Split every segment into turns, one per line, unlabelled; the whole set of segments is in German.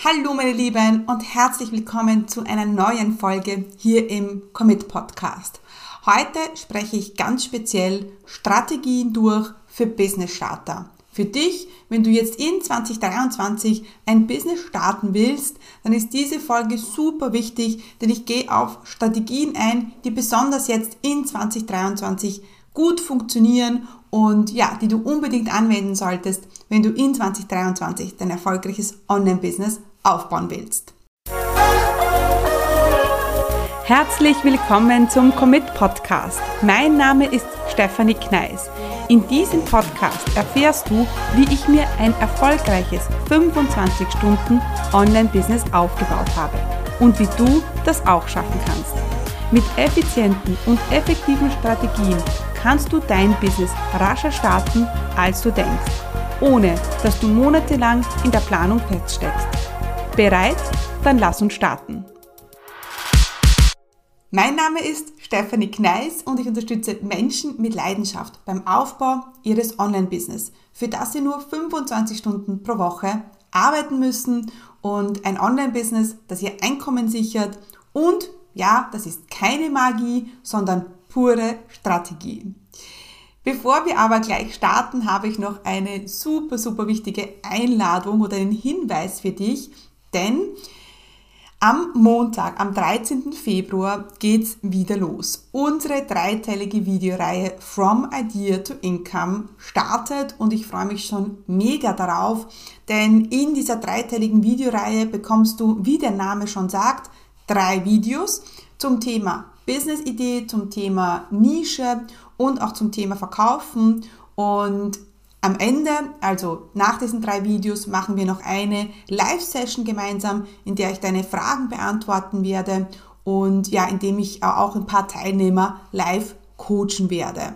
Hallo meine Lieben und herzlich willkommen zu einer neuen Folge hier im Commit Podcast. Heute spreche ich ganz speziell Strategien durch für Business Starter. Für dich, wenn du jetzt in 2023 ein Business starten willst, dann ist diese Folge super wichtig, denn ich gehe auf Strategien ein, die besonders jetzt in 2023 gut funktionieren und ja, die du unbedingt anwenden solltest, wenn du in 2023 dein erfolgreiches Online-Business aufbauen willst. Herzlich willkommen zum Commit Podcast. Mein Name ist Stefanie Kneis. In diesem Podcast erfährst du, wie ich mir ein erfolgreiches 25 Stunden Online-Business aufgebaut habe und wie du das auch schaffen kannst. Mit effizienten und effektiven Strategien kannst du dein Business rascher starten, als du denkst, ohne dass du monatelang in der Planung feststeckst. Bereit? Dann lass uns starten. Mein Name ist Stefanie Kneis und ich unterstütze Menschen mit Leidenschaft beim Aufbau ihres Online-Business, für das sie nur 25 Stunden pro Woche arbeiten müssen und ein Online-Business, das ihr Einkommen sichert und ja, das ist keine Magie, sondern pure Strategie. Bevor wir aber gleich starten, habe ich noch eine super wichtige Einladung oder einen Hinweis für dich, denn am Montag, am 13. Februar geht's wieder los. Unsere dreiteilige Videoreihe From Idea to Income startet und ich freue mich schon mega darauf, denn in dieser dreiteiligen Videoreihe bekommst du, wie der Name schon sagt, 3 Videos zum Thema Business-Idee, zum Thema Nische und auch zum Thema Verkaufen. Und am Ende, also nach diesen 3 Videos, machen wir noch eine Live-Session gemeinsam, in der ich deine Fragen beantworten werde und ja, indem ich auch ein paar Teilnehmer live coachen werde.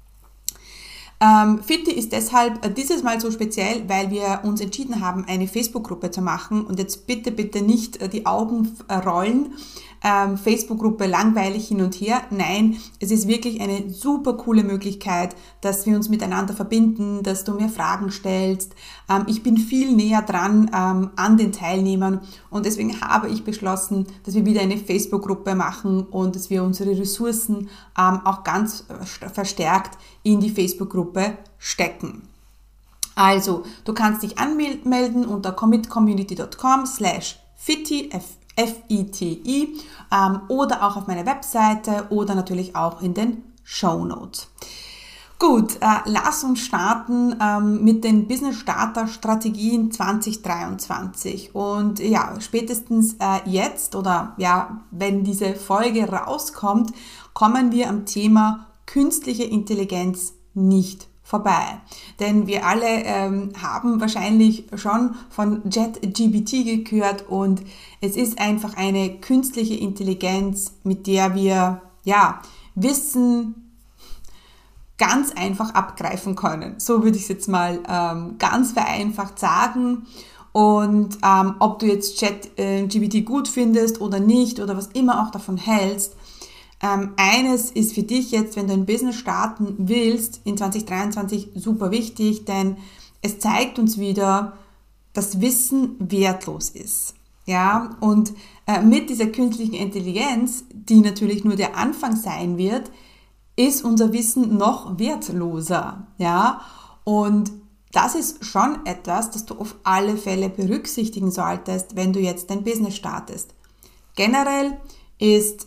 Fitti ist deshalb dieses Mal so speziell, weil wir uns entschieden haben, eine Facebook-Gruppe zu machen und jetzt bitte nicht die Augen rollen. Facebook-Gruppe langweilig hin und her. Nein, es ist wirklich eine super coole Möglichkeit, dass wir uns miteinander verbinden, dass du mir Fragen stellst. Ich bin viel näher dran an den Teilnehmern und deswegen habe ich beschlossen, dass wir wieder eine Facebook-Gruppe machen und dass wir unsere Ressourcen auch ganz verstärkt in die Facebook-Gruppe stecken. Also, du kannst dich anmelden unter commitcommunity.com/Fitti, F-I-T-I, oder auch auf meiner Webseite oder natürlich auch in den Shownotes. Gut, lass uns starten mit den Business Starter Strategien 2023 und ja, spätestens jetzt oder ja, wenn diese Folge rauskommt, kommen wir am Thema künstliche Intelligenz nicht vorbei. Denn wir alle haben wahrscheinlich schon von ChatGPT gehört und es ist einfach eine künstliche Intelligenz, mit der wir ja Wissen ganz einfach abgreifen können. So würde ich es jetzt mal ganz vereinfacht sagen. Und ob du jetzt ChatGPT gut findest oder nicht oder was immer auch davon hältst, eines ist für dich jetzt, wenn du ein Business starten willst, in 2023 super wichtig, denn es zeigt uns wieder, dass Wissen wertlos ist. Ja, und mit dieser künstlichen Intelligenz, die natürlich nur der Anfang sein wird, ist unser Wissen noch wertloser. Ja, und das ist schon etwas, das du auf alle Fälle berücksichtigen solltest, wenn du jetzt dein Business startest. Generell ist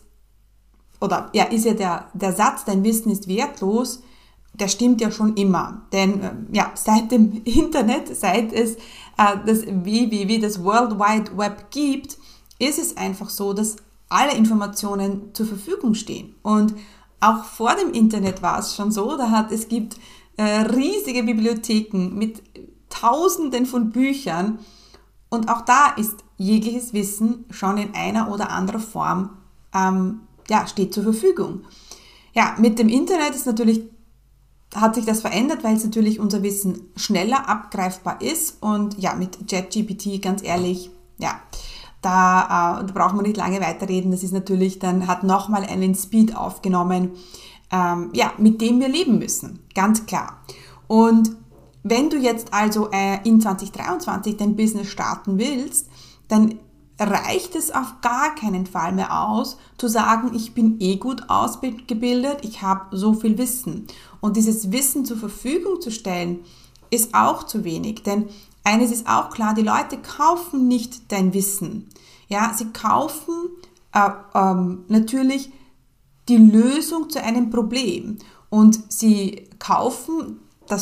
ja der Satz, dein Wissen ist wertlos, der stimmt ja schon immer. Denn seit dem Internet, seit es das WWW, das World Wide Web gibt, ist es einfach so, dass alle Informationen zur Verfügung stehen. Und auch vor dem Internet war es schon so, es gibt riesige Bibliotheken mit Tausenden von Büchern und auch da ist jegliches Wissen schon in einer oder anderen Form steht zur Verfügung. Ja, mit dem Internet hat sich das verändert, weil es natürlich unser Wissen schneller abgreifbar ist und ja, mit ChatGPT, ganz ehrlich, ja, da braucht man nicht lange weiterreden, das ist natürlich, dann hat nochmal einen Speed aufgenommen, mit dem wir leben müssen, ganz klar. Und wenn du jetzt also in 2023 dein Business starten willst, dann reicht es auf gar keinen Fall mehr aus, zu sagen, ich bin gut ausgebildet, ich habe so viel Wissen. Und dieses Wissen zur Verfügung zu stellen, ist auch zu wenig. Denn eines ist auch klar, die Leute kaufen nicht dein Wissen. Ja, sie kaufen natürlich die Lösung zu einem Problem. Und sie kaufen,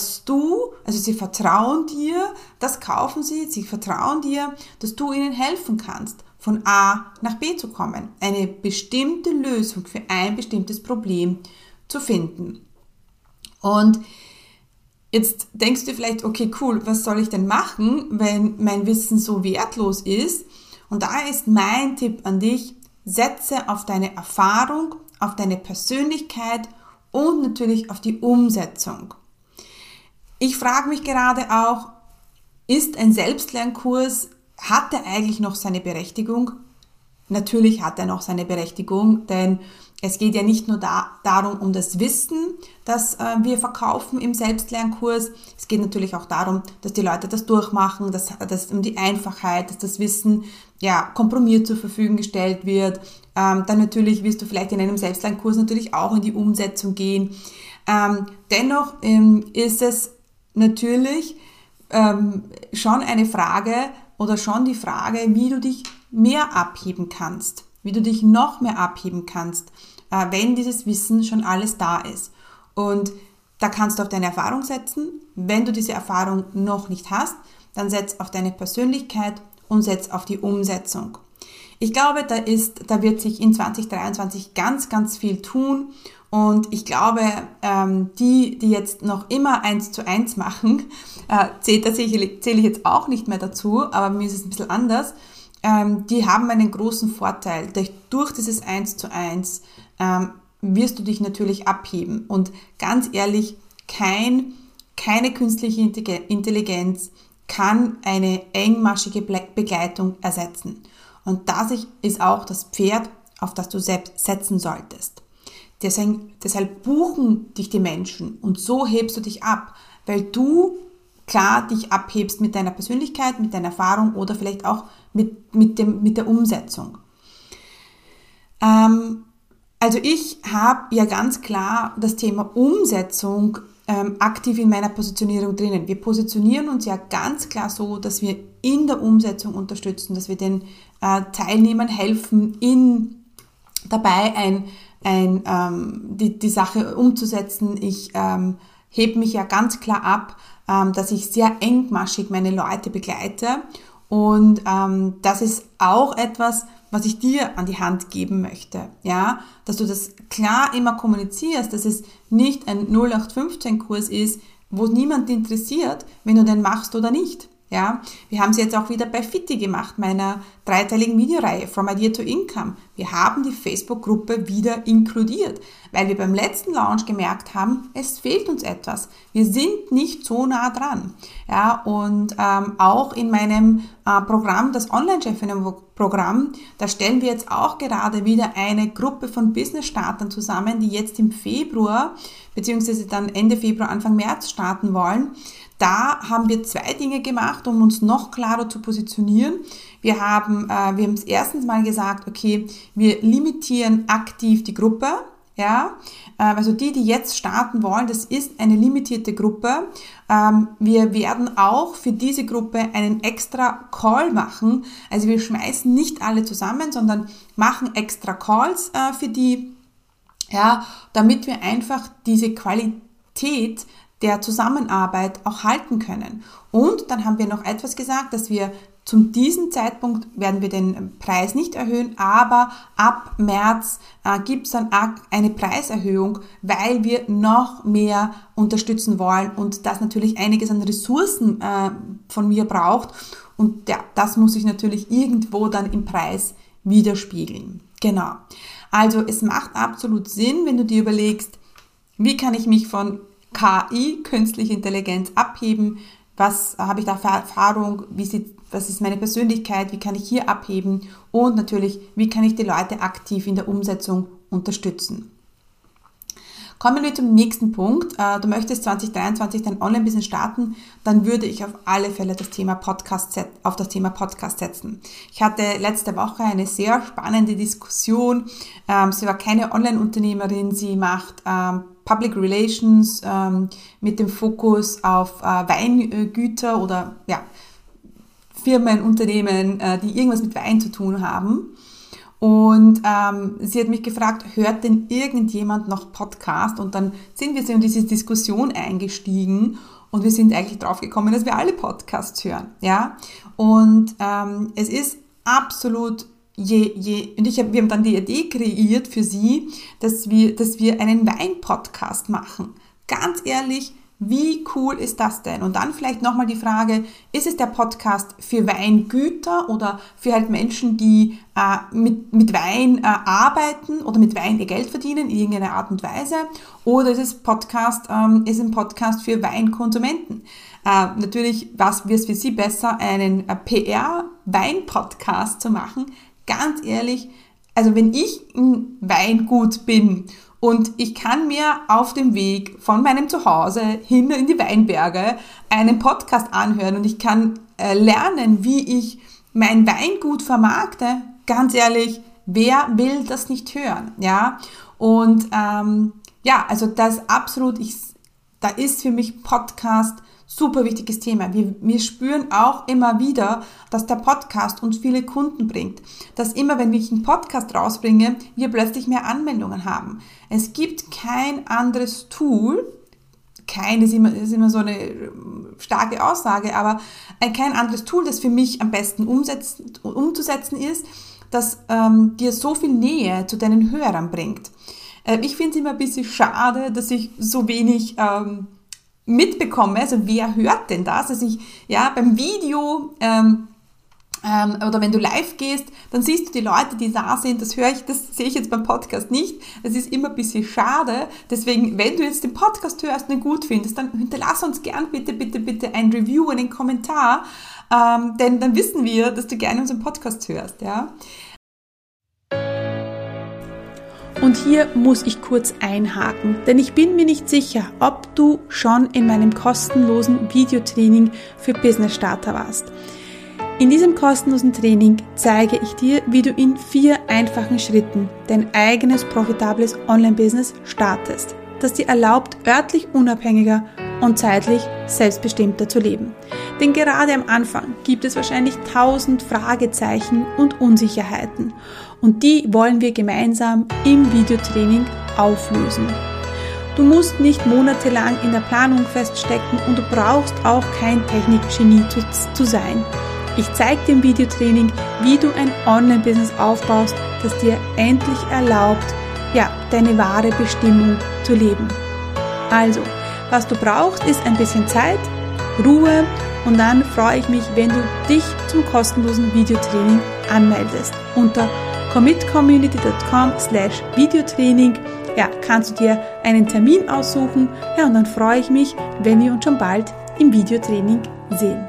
sie vertrauen dir, sie vertrauen dir, dass du ihnen helfen kannst, von A nach B zu kommen, eine bestimmte Lösung für ein bestimmtes Problem zu finden. Und jetzt denkst du vielleicht, okay, cool, was soll ich denn machen, wenn mein Wissen so wertlos ist? Und da ist mein Tipp an dich, setze auf deine Erfahrung, auf deine Persönlichkeit und natürlich auf die Umsetzung. Ich frage mich gerade auch, ist ein Selbstlernkurs, hat er eigentlich noch seine Berechtigung? Natürlich hat er noch seine Berechtigung, denn es geht ja nicht nur darum, um das Wissen, das wir verkaufen im Selbstlernkurs. Es geht natürlich auch darum, dass die Leute das durchmachen, dass um die Einfachheit, dass das Wissen komprimiert zur Verfügung gestellt wird. Dann natürlich wirst du vielleicht in einem Selbstlernkurs natürlich auch in die Umsetzung gehen. Dennoch ist es natürlich schon eine Frage oder schon die Frage, wie du dich mehr abheben kannst, wie du dich noch mehr abheben kannst, wenn dieses Wissen schon alles da ist. Und da kannst du auf deine Erfahrung setzen. Wenn du diese Erfahrung noch nicht hast, dann setz auf deine Persönlichkeit und setz auf die Umsetzung. Ich glaube, da wird sich in 2023 ganz, ganz viel tun. Und ich glaube, die jetzt noch immer 1:1 machen, zähle ich jetzt auch nicht mehr dazu, aber mir ist es ein bisschen anders, die haben einen großen Vorteil. Durch dieses 1:1 wirst du dich natürlich abheben. Und ganz ehrlich, keine künstliche Intelligenz kann eine engmaschige Begleitung ersetzen. Und das ist auch das Pferd, auf das du selbst setzen solltest. Deshalb buchen dich die Menschen und so hebst du dich ab, weil du klar dich abhebst mit deiner Persönlichkeit, mit deiner Erfahrung oder vielleicht auch mit der Umsetzung. Also ich habe ja ganz klar das Thema Umsetzung aktiv in meiner Positionierung drinnen. Wir positionieren uns ja ganz klar so, dass wir in der Umsetzung unterstützen, dass wir den Teilnehmern helfen, dabei die Sache umzusetzen. Ich hebe mich ja ganz klar ab, dass ich sehr engmaschig meine Leute begleite und das ist auch etwas, was ich dir an die Hand geben möchte, ja, dass du das klar immer kommunizierst, dass es nicht ein 0815-Kurs ist, wo niemand interessiert, wenn du den machst oder nicht. Ja, wir haben es jetzt auch wieder bei Fitti gemacht, meiner 3-teiligen Videoreihe From Idea to Income. Wir haben die Facebook-Gruppe wieder inkludiert, weil wir beim letzten Launch gemerkt haben, es fehlt uns etwas. Wir sind nicht so nah dran. Ja, und auch in meinem Programm, das Online-Chefinnen-Programm, da stellen wir jetzt auch gerade wieder eine Gruppe von Business-Startern zusammen, die jetzt im Februar, beziehungsweise dann Ende Februar, Anfang März starten wollen. Da haben wir 2 Dinge gemacht, um uns noch klarer zu positionieren. Wir haben es erstens mal gesagt, okay, wir limitieren aktiv die Gruppe. Ja, also die jetzt starten wollen, das ist eine limitierte Gruppe. Wir werden auch für diese Gruppe einen extra Call machen. Also wir schmeißen nicht alle zusammen, sondern machen extra Calls für die, ja, damit wir einfach diese Qualität der Zusammenarbeit auch halten können. Und dann haben wir noch etwas gesagt, dass wir zu diesem Zeitpunkt werden wir den Preis nicht erhöhen, aber ab März gibt es dann eine Preiserhöhung, weil wir noch mehr unterstützen wollen und das natürlich einiges an Ressourcen von mir braucht und das muss sich natürlich irgendwo dann im Preis widerspiegeln. Genau. Also es macht absolut Sinn, wenn du dir überlegst, wie kann ich mich von KI, künstliche Intelligenz, abheben, was habe ich da für Erfahrung, was ist meine Persönlichkeit, wie kann ich hier abheben und natürlich, wie kann ich die Leute aktiv in der Umsetzung unterstützen. Kommen wir zum nächsten Punkt. Du möchtest 2023 dein Online-Business starten, dann würde ich auf alle Fälle auf das Thema Podcast setzen. Ich hatte letzte Woche eine sehr spannende Diskussion. Sie war keine Online-Unternehmerin, sie macht Public Relations mit dem Fokus auf Weingüter oder Firmen, Unternehmen, die irgendwas mit Wein zu tun haben. Und sie hat mich gefragt, hört denn irgendjemand noch Podcast? Und dann sind wir so in diese Diskussion eingestiegen und wir sind eigentlich drauf gekommen, dass wir alle Podcasts hören. Ja? Und es ist absolut wir haben dann die Idee kreiert für sie, dass wir einen Wein-Podcast machen. Ganz ehrlich, wie cool ist das denn? Und dann vielleicht nochmal die Frage, ist es der Podcast für Weingüter oder für halt Menschen, die mit Wein arbeiten oder mit Wein ihr Geld verdienen in irgendeiner Art und Weise? Oder ist ein Podcast für Weinkonsumenten? Natürlich wäre es für sie besser, einen PR-Wein-Podcast zu machen. Ganz ehrlich, also wenn ich ein Weingut bin und ich kann mir auf dem Weg von meinem Zuhause hin in die Weinberge einen Podcast anhören und ich kann lernen, wie ich mein Weingut vermarkte, ganz ehrlich, wer will das nicht hören? Ja? Und also das absolut, da ist für mich Podcast super wichtiges Thema. Wir spüren auch immer wieder, dass der Podcast uns viele Kunden bringt. Dass immer, wenn ich einen Podcast rausbringe, wir plötzlich mehr Anmeldungen haben. Es gibt kein anderes Tool, ist immer so eine starke Aussage, aber kein anderes Tool, das für mich am besten umzusetzen ist, das dir so viel Nähe zu deinen Hörern bringt. Ich finde es immer ein bisschen schade, dass ich so wenig mitbekomme, also wer hört denn das? Also beim Video oder wenn du live gehst, dann siehst du die Leute, die da sind, das sehe ich jetzt beim Podcast nicht. Das ist immer ein bisschen schade. Deswegen, wenn du jetzt den Podcast hörst und ihn gut findest, dann hinterlass uns gern bitte ein Review, einen Kommentar, denn dann wissen wir, dass du gerne unseren Podcast hörst, ja.
Und hier muss ich kurz einhaken, denn ich bin mir nicht sicher, ob du schon in meinem kostenlosen Videotraining für Business Starter warst. In diesem kostenlosen Training zeige ich dir, wie du in 4 einfachen Schritten dein eigenes profitables Online-Business startest, das dir erlaubt, örtlich unabhängiger und zeitlich selbstbestimmter zu leben. Denn gerade am Anfang gibt es wahrscheinlich 1000 Fragezeichen und Unsicherheiten und die wollen wir gemeinsam im Videotraining auflösen. Du musst nicht monatelang in der Planung feststecken und du brauchst auch kein Technikgenie zu sein. Ich zeige dir im Videotraining, wie du ein Online-Business aufbaust, das dir endlich erlaubt, deine wahre Bestimmung zu leben. Also, was du brauchst, ist ein bisschen Zeit, Ruhe und dann freue ich mich, wenn du dich zum kostenlosen Videotraining anmeldest. Unter commitcommunity.com/Videotraining kannst du dir einen Termin aussuchen und dann freue ich mich, wenn wir uns schon bald im Videotraining sehen.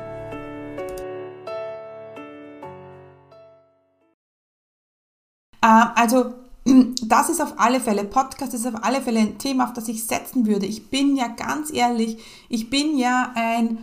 Also das ist auf alle Fälle, Podcast ist auf alle Fälle ein Thema, auf das ich setzen würde. Ich bin ja ganz ehrlich, eine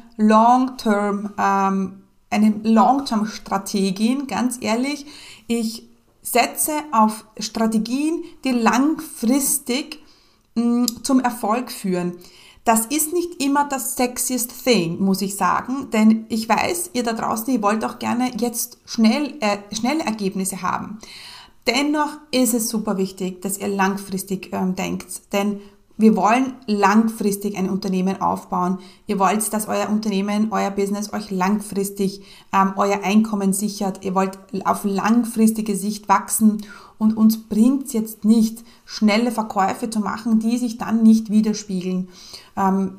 Long-Term-Strategin, ganz ehrlich. Ich setze auf Strategien, die langfristig zum Erfolg führen. Das ist nicht immer das sexiest thing, muss ich sagen, denn ich weiß, ihr da draußen, ihr wollt auch gerne jetzt schnelle Ergebnisse haben. Dennoch ist es super wichtig, dass ihr langfristig denkt, denn wir wollen langfristig ein Unternehmen aufbauen. Ihr wollt, dass euer Unternehmen, euer Business euch langfristig euer Einkommen sichert. Ihr wollt auf langfristige Sicht wachsen und uns bringt es jetzt nicht, schnelle Verkäufe zu machen, die sich dann nicht widerspiegeln auf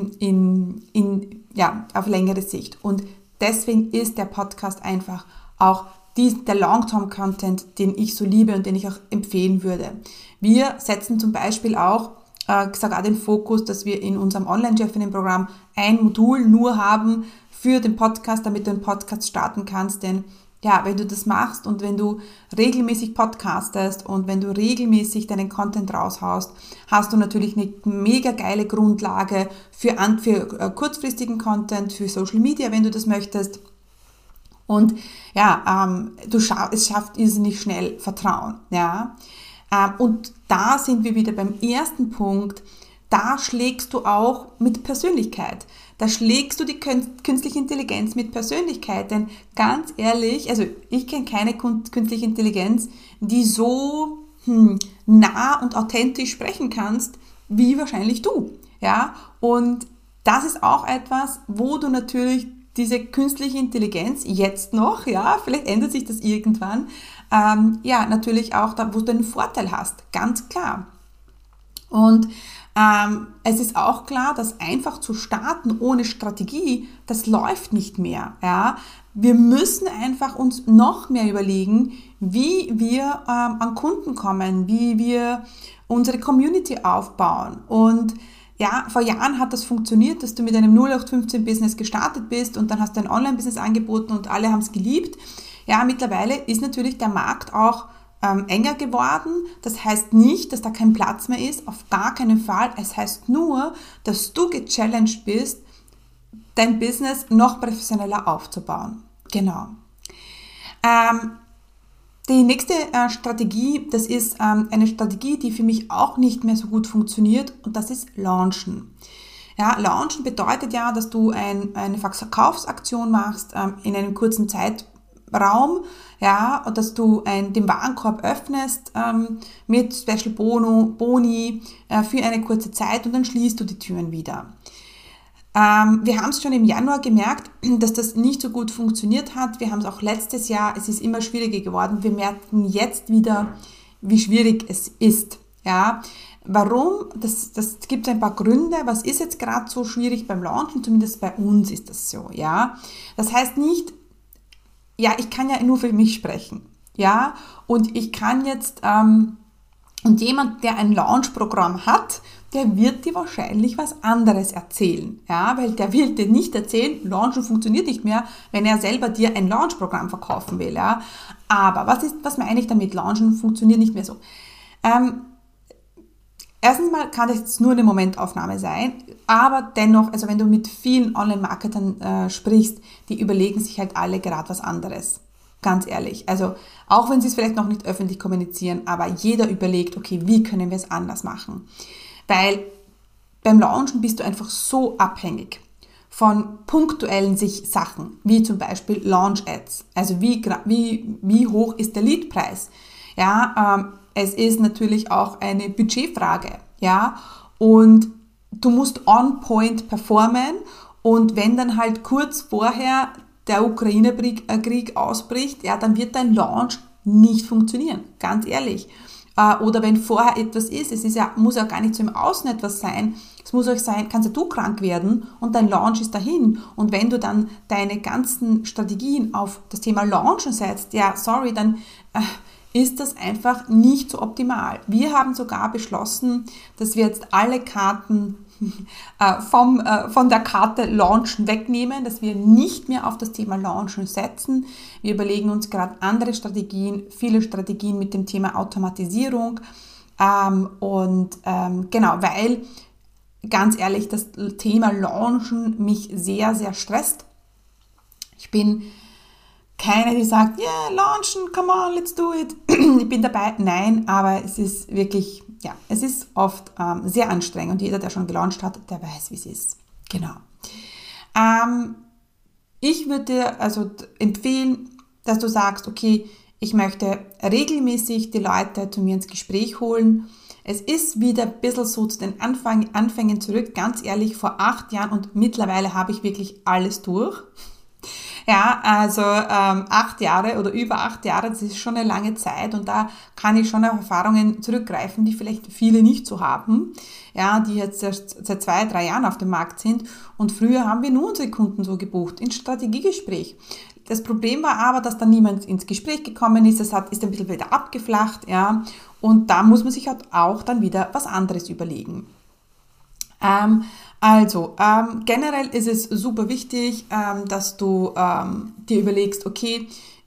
längere Sicht. Und deswegen ist der Podcast einfach auch der Long-Term-Content, den ich so liebe und den ich auch empfehlen würde. Wir setzen zum Beispiel auch sogar den Fokus, dass wir in unserem Online-Chefinnen-Programm ein Modul nur haben für den Podcast, damit du einen Podcast starten kannst, denn ja, wenn du das machst und wenn du regelmäßig podcastest und wenn du regelmäßig deinen Content raushaust, hast du natürlich eine mega geile Grundlage für kurzfristigen Content, für Social Media, wenn du das möchtest. Und ja, es schafft irrsinnig schnell Vertrauen. Ja? Und da sind wir wieder beim ersten Punkt. Da schlägst du auch mit Persönlichkeit. Da schlägst du die künstliche Intelligenz mit Persönlichkeit. Denn ganz ehrlich, also ich kenne keine künstliche Intelligenz, die so nah und authentisch sprechen kannst, wie wahrscheinlich du. Ja? Und das ist auch etwas, wo du natürlich diese künstliche Intelligenz jetzt noch, ja, vielleicht ändert sich das irgendwann, ja, natürlich auch da, wo du einen Vorteil hast, ganz klar. Und es ist auch klar, dass einfach zu starten ohne Strategie, das läuft nicht mehr. Ja? Wir müssen einfach uns noch mehr überlegen, wie wir an Kunden kommen, wie wir unsere Community aufbauen. Und ja, vor Jahren hat das funktioniert, dass du mit einem 0815-Business gestartet bist und dann hast du ein Online-Business angeboten und alle haben es geliebt. Ja, mittlerweile ist natürlich der Markt auch enger geworden. Das heißt nicht, dass da kein Platz mehr ist, auf gar keinen Fall. Es heißt nur, dass du gechallenged bist, dein Business noch professioneller aufzubauen. Genau. Die nächste Strategie, das ist eine Strategie, die für mich auch nicht mehr so gut funktioniert und das ist Launchen. Ja, Launchen bedeutet ja, dass du eine Verkaufsaktion machst in einem kurzen Zeitraum, ja, und dass du den Warenkorb öffnest mit Special Boni für eine kurze Zeit und dann schließt du die Türen wieder. Wir haben es schon im Januar gemerkt, dass das nicht so gut funktioniert hat. Wir haben es auch letztes Jahr, es ist immer schwieriger geworden. Wir merken jetzt wieder, wie schwierig es ist. Ja, warum? Das gibt ein paar Gründe. Was ist jetzt gerade so schwierig beim Launchen? Zumindest bei uns ist das so. Ja, das heißt nicht, ja, ich kann ja nur für mich sprechen. Ja, und ich kann jetzt, und jemand, der ein Launch-Programm hat, der wird dir wahrscheinlich was anderes erzählen. Ja, weil der will dir nicht erzählen, Launchen funktioniert nicht mehr, wenn er selber dir ein Launch-Programm verkaufen will. Ja. Aber was meine ich damit? Launchen funktioniert nicht mehr so. Erstens mal kann das jetzt nur eine Momentaufnahme sein, aber dennoch, also wenn du mit vielen Online-Marketern sprichst, die überlegen sich halt alle gerade was anderes. Ganz ehrlich. Also auch wenn sie es vielleicht noch nicht öffentlich kommunizieren, aber jeder überlegt, okay, wie können wir es anders machen? Weil beim Launchen bist du einfach so abhängig von punktuellen Sachen, wie zum Beispiel Launch-Ads. Also wie hoch ist der Leadpreis? Ja, es ist natürlich auch eine Budgetfrage. Ja, und du musst on point performen und wenn dann halt kurz vorher der Ukraine-Krieg ausbricht, ja, dann wird dein Launch nicht funktionieren, ganz ehrlich. Oder wenn vorher etwas ist, muss ja gar nicht so im Außen etwas sein, es muss auch sein, kannst ja du krank werden und dein Launch ist dahin. Und wenn du dann deine ganzen Strategien auf das Thema Launchen setzt, ja, sorry, dann ist das einfach nicht so optimal. Wir haben sogar beschlossen, dass wir jetzt alle Karten von der Karte Launchen wegnehmen, dass wir nicht mehr auf das Thema Launchen setzen. Wir überlegen uns gerade andere Strategien, viele Strategien mit dem Thema Automatisierung genau, weil ganz ehrlich das Thema Launchen mich sehr, sehr stresst. Ich bin keine, die sagt, yeah, launchen, come on, let's do it. Ich bin dabei. Nein, aber es ist wirklich, ja, es ist oft sehr anstrengend und jeder, der schon gelauncht hat, der weiß, wie es ist. Genau. Ich würde dir also empfehlen, dass du sagst, okay, ich möchte regelmäßig die Leute zu mir ins Gespräch holen. Es ist wieder ein bisschen so zu den Anfängen zurück. Ganz ehrlich, vor 8 Jahren und mittlerweile habe ich wirklich alles durch. Ja, also 8 Jahre oder über 8 Jahre, das ist schon eine lange Zeit und da kann ich schon auf Erfahrungen zurückgreifen, die vielleicht viele nicht so haben, ja, die jetzt erst seit 2, 3 Jahren auf dem Markt sind und früher haben wir nur unsere Kunden so gebucht, in Strategiegespräch. Das Problem war aber, dass dann niemand ins Gespräch gekommen ist, ist ein bisschen wieder abgeflacht, ja, und da muss man sich halt auch dann wieder was anderes überlegen. Generell ist es super wichtig, dass du dir überlegst, okay,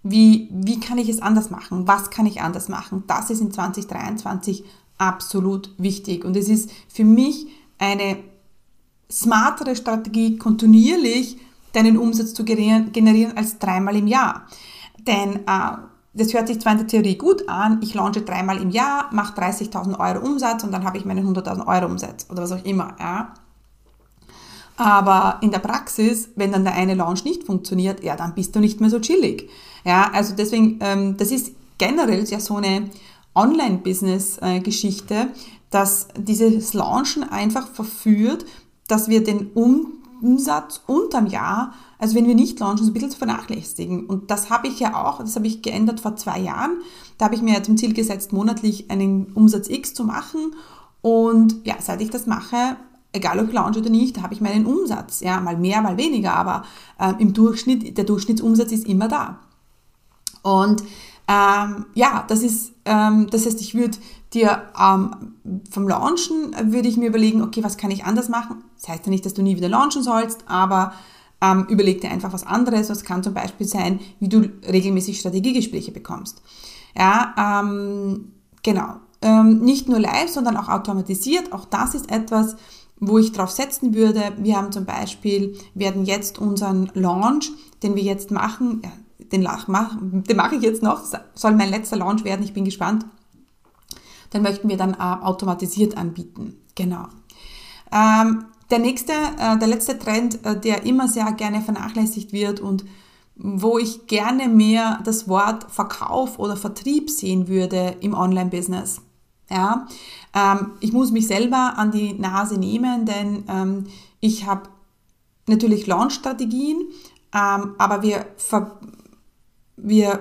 wie kann ich es anders machen? Was kann ich anders machen? Das ist in 2023 absolut wichtig. Und es ist für mich eine smartere Strategie, kontinuierlich deinen Umsatz zu generieren als 3-mal im Jahr. Denn das hört sich zwar in der Theorie gut an, ich launche 3-mal im Jahr, mache 30.000 Euro Umsatz und dann habe ich meinen 100.000 Euro Umsatz oder was auch immer. Ja. Aber in der Praxis, wenn dann der eine Launch nicht funktioniert, ja, dann bist du nicht mehr so chillig. Ja, also deswegen, das ist generell ja so eine Online-Business-Geschichte, dass dieses Launchen einfach verführt, dass wir den Umsatz unterm Jahr, also wenn wir nicht launchen, so ein bisschen zu vernachlässigen. Und das habe ich ja auch, das habe ich geändert vor 2 Jahren. Da habe ich mir zum Ziel gesetzt, monatlich einen Umsatz X zu machen. Und ja, seit ich das mache, egal ob ich launche oder nicht, da habe ich meinen Umsatz. Ja, mal mehr, mal weniger, aber im Durchschnitt, der Durchschnittsumsatz ist immer da. Und ja, das heißt, ich würde dir vom Launchen würde ich mir überlegen, okay, was kann ich anders machen? Das heißt ja nicht, dass du nie wieder launchen sollst, aber überleg dir einfach was anderes. Das kann zum Beispiel sein, wie du regelmäßig Strategiegespräche bekommst. Ja, genau. Nicht nur live, sondern auch automatisiert. Auch das ist etwas, wo ich drauf setzen würde. Wir haben zum Beispiel, werden jetzt unseren Launch, den wir jetzt machen, ja, den mache ich jetzt noch, soll mein letzter Launch werden, ich bin gespannt. Dann möchten wir dann automatisiert anbieten. Genau. Der letzte Trend, der immer sehr gerne vernachlässigt wird und wo ich gerne mehr das Wort Verkauf oder Vertrieb sehen würde im Online-Business. Ja, ich muss mich selber an die Nase nehmen, denn ich habe natürlich Launch-Strategien, aber wir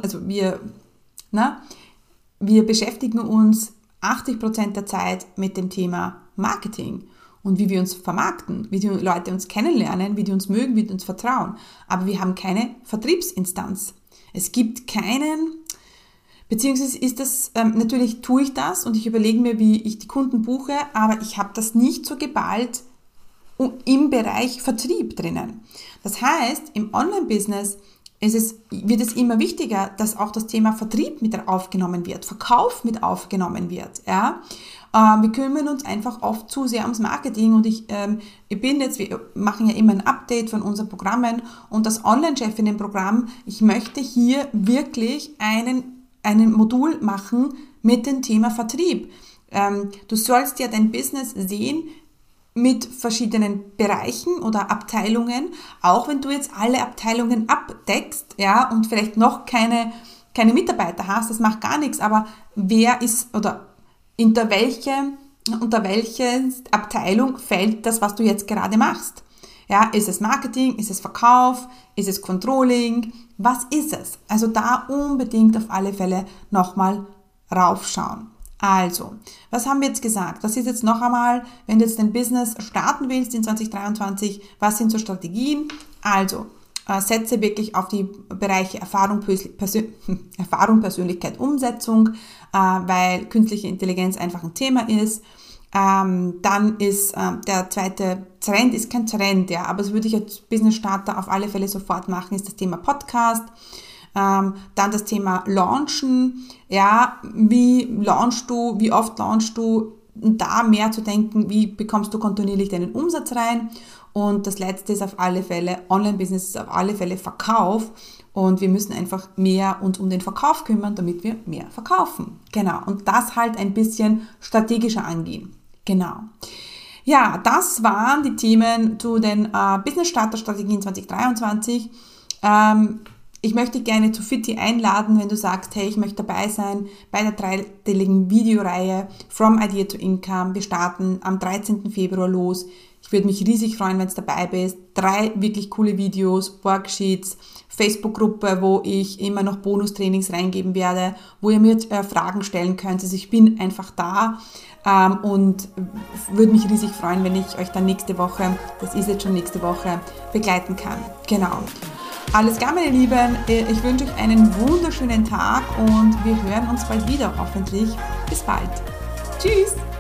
beschäftigen uns 80% der Zeit mit dem Thema Marketing und wie wir uns vermarkten, wie die Leute uns kennenlernen, wie die uns mögen, wie die uns vertrauen. Aber wir haben keine Vertriebsinstanz. Es gibt keinen, beziehungsweise ist das, natürlich tue ich das und ich überlege mir, wie ich die Kunden buche, aber ich habe das nicht so geballt im Bereich Vertrieb drinnen. Das heißt, im Online-Business wird es immer wichtiger, dass auch das Thema Vertrieb mit aufgenommen wird, Verkauf mit aufgenommen wird. Ja? Wir kümmern uns einfach oft zu sehr ums Marketing und wir machen ja immer ein Update von unseren Programmen und das Online-Chefinnen-Programm, ich möchte hier wirklich einen Modul machen mit dem Thema Vertrieb. Du sollst ja dein Business sehen mit verschiedenen Bereichen oder Abteilungen, auch wenn du jetzt alle Abteilungen abdeckst, ja, und vielleicht noch keine Mitarbeiter hast, das macht gar nichts, aber wer ist oder unter welche Abteilung fällt das, was du jetzt gerade machst? Ja, ist es Marketing, ist es Verkauf, ist es Controlling, was ist es? Also da unbedingt auf alle Fälle nochmal raufschauen. Also, was haben wir jetzt gesagt? Das ist jetzt noch einmal, wenn du jetzt dein Business starten willst in 2023, was sind so Strategien? Also, setze wirklich auf die Bereiche Erfahrung, Persönlichkeit, Umsetzung, weil künstliche Intelligenz einfach ein Thema ist. Dann ist der zweite Trend, ist kein Trend, ja, aber das würde ich als Business Starter auf alle Fälle sofort machen, ist das Thema Podcast. Dann das Thema Launchen, ja, wie oft launchst du, da mehr zu denken, wie bekommst du kontinuierlich deinen Umsatz rein. Und das letzte ist auf alle Fälle, Online-Business ist auf alle Fälle Verkauf und wir müssen einfach mehr uns um den Verkauf kümmern, damit wir mehr verkaufen. Genau, und das halt ein bisschen strategischer angehen. Genau. Ja, das waren die Themen zu den Business-Starter-Strategien 2023. Ich möchte dich gerne zu Fitti einladen, wenn du sagst, hey, ich möchte dabei sein bei der 3-teiligen Videoreihe From Idea to Income. Wir starten am 13. Februar los. Ich würde mich riesig freuen, wenn du dabei bist. 3 wirklich coole Videos, Worksheets, Facebook-Gruppe, wo ich immer noch Bonustrainings reingeben werde, wo ihr mir Fragen stellen könnt. Also ich bin einfach da und würde mich riesig freuen, wenn ich euch dann nächste Woche, das ist jetzt schon nächste Woche, begleiten kann. Genau. Alles klar, meine Lieben. Ich wünsche euch einen wunderschönen Tag und wir hören uns bald wieder, hoffentlich. Bis bald. Tschüss.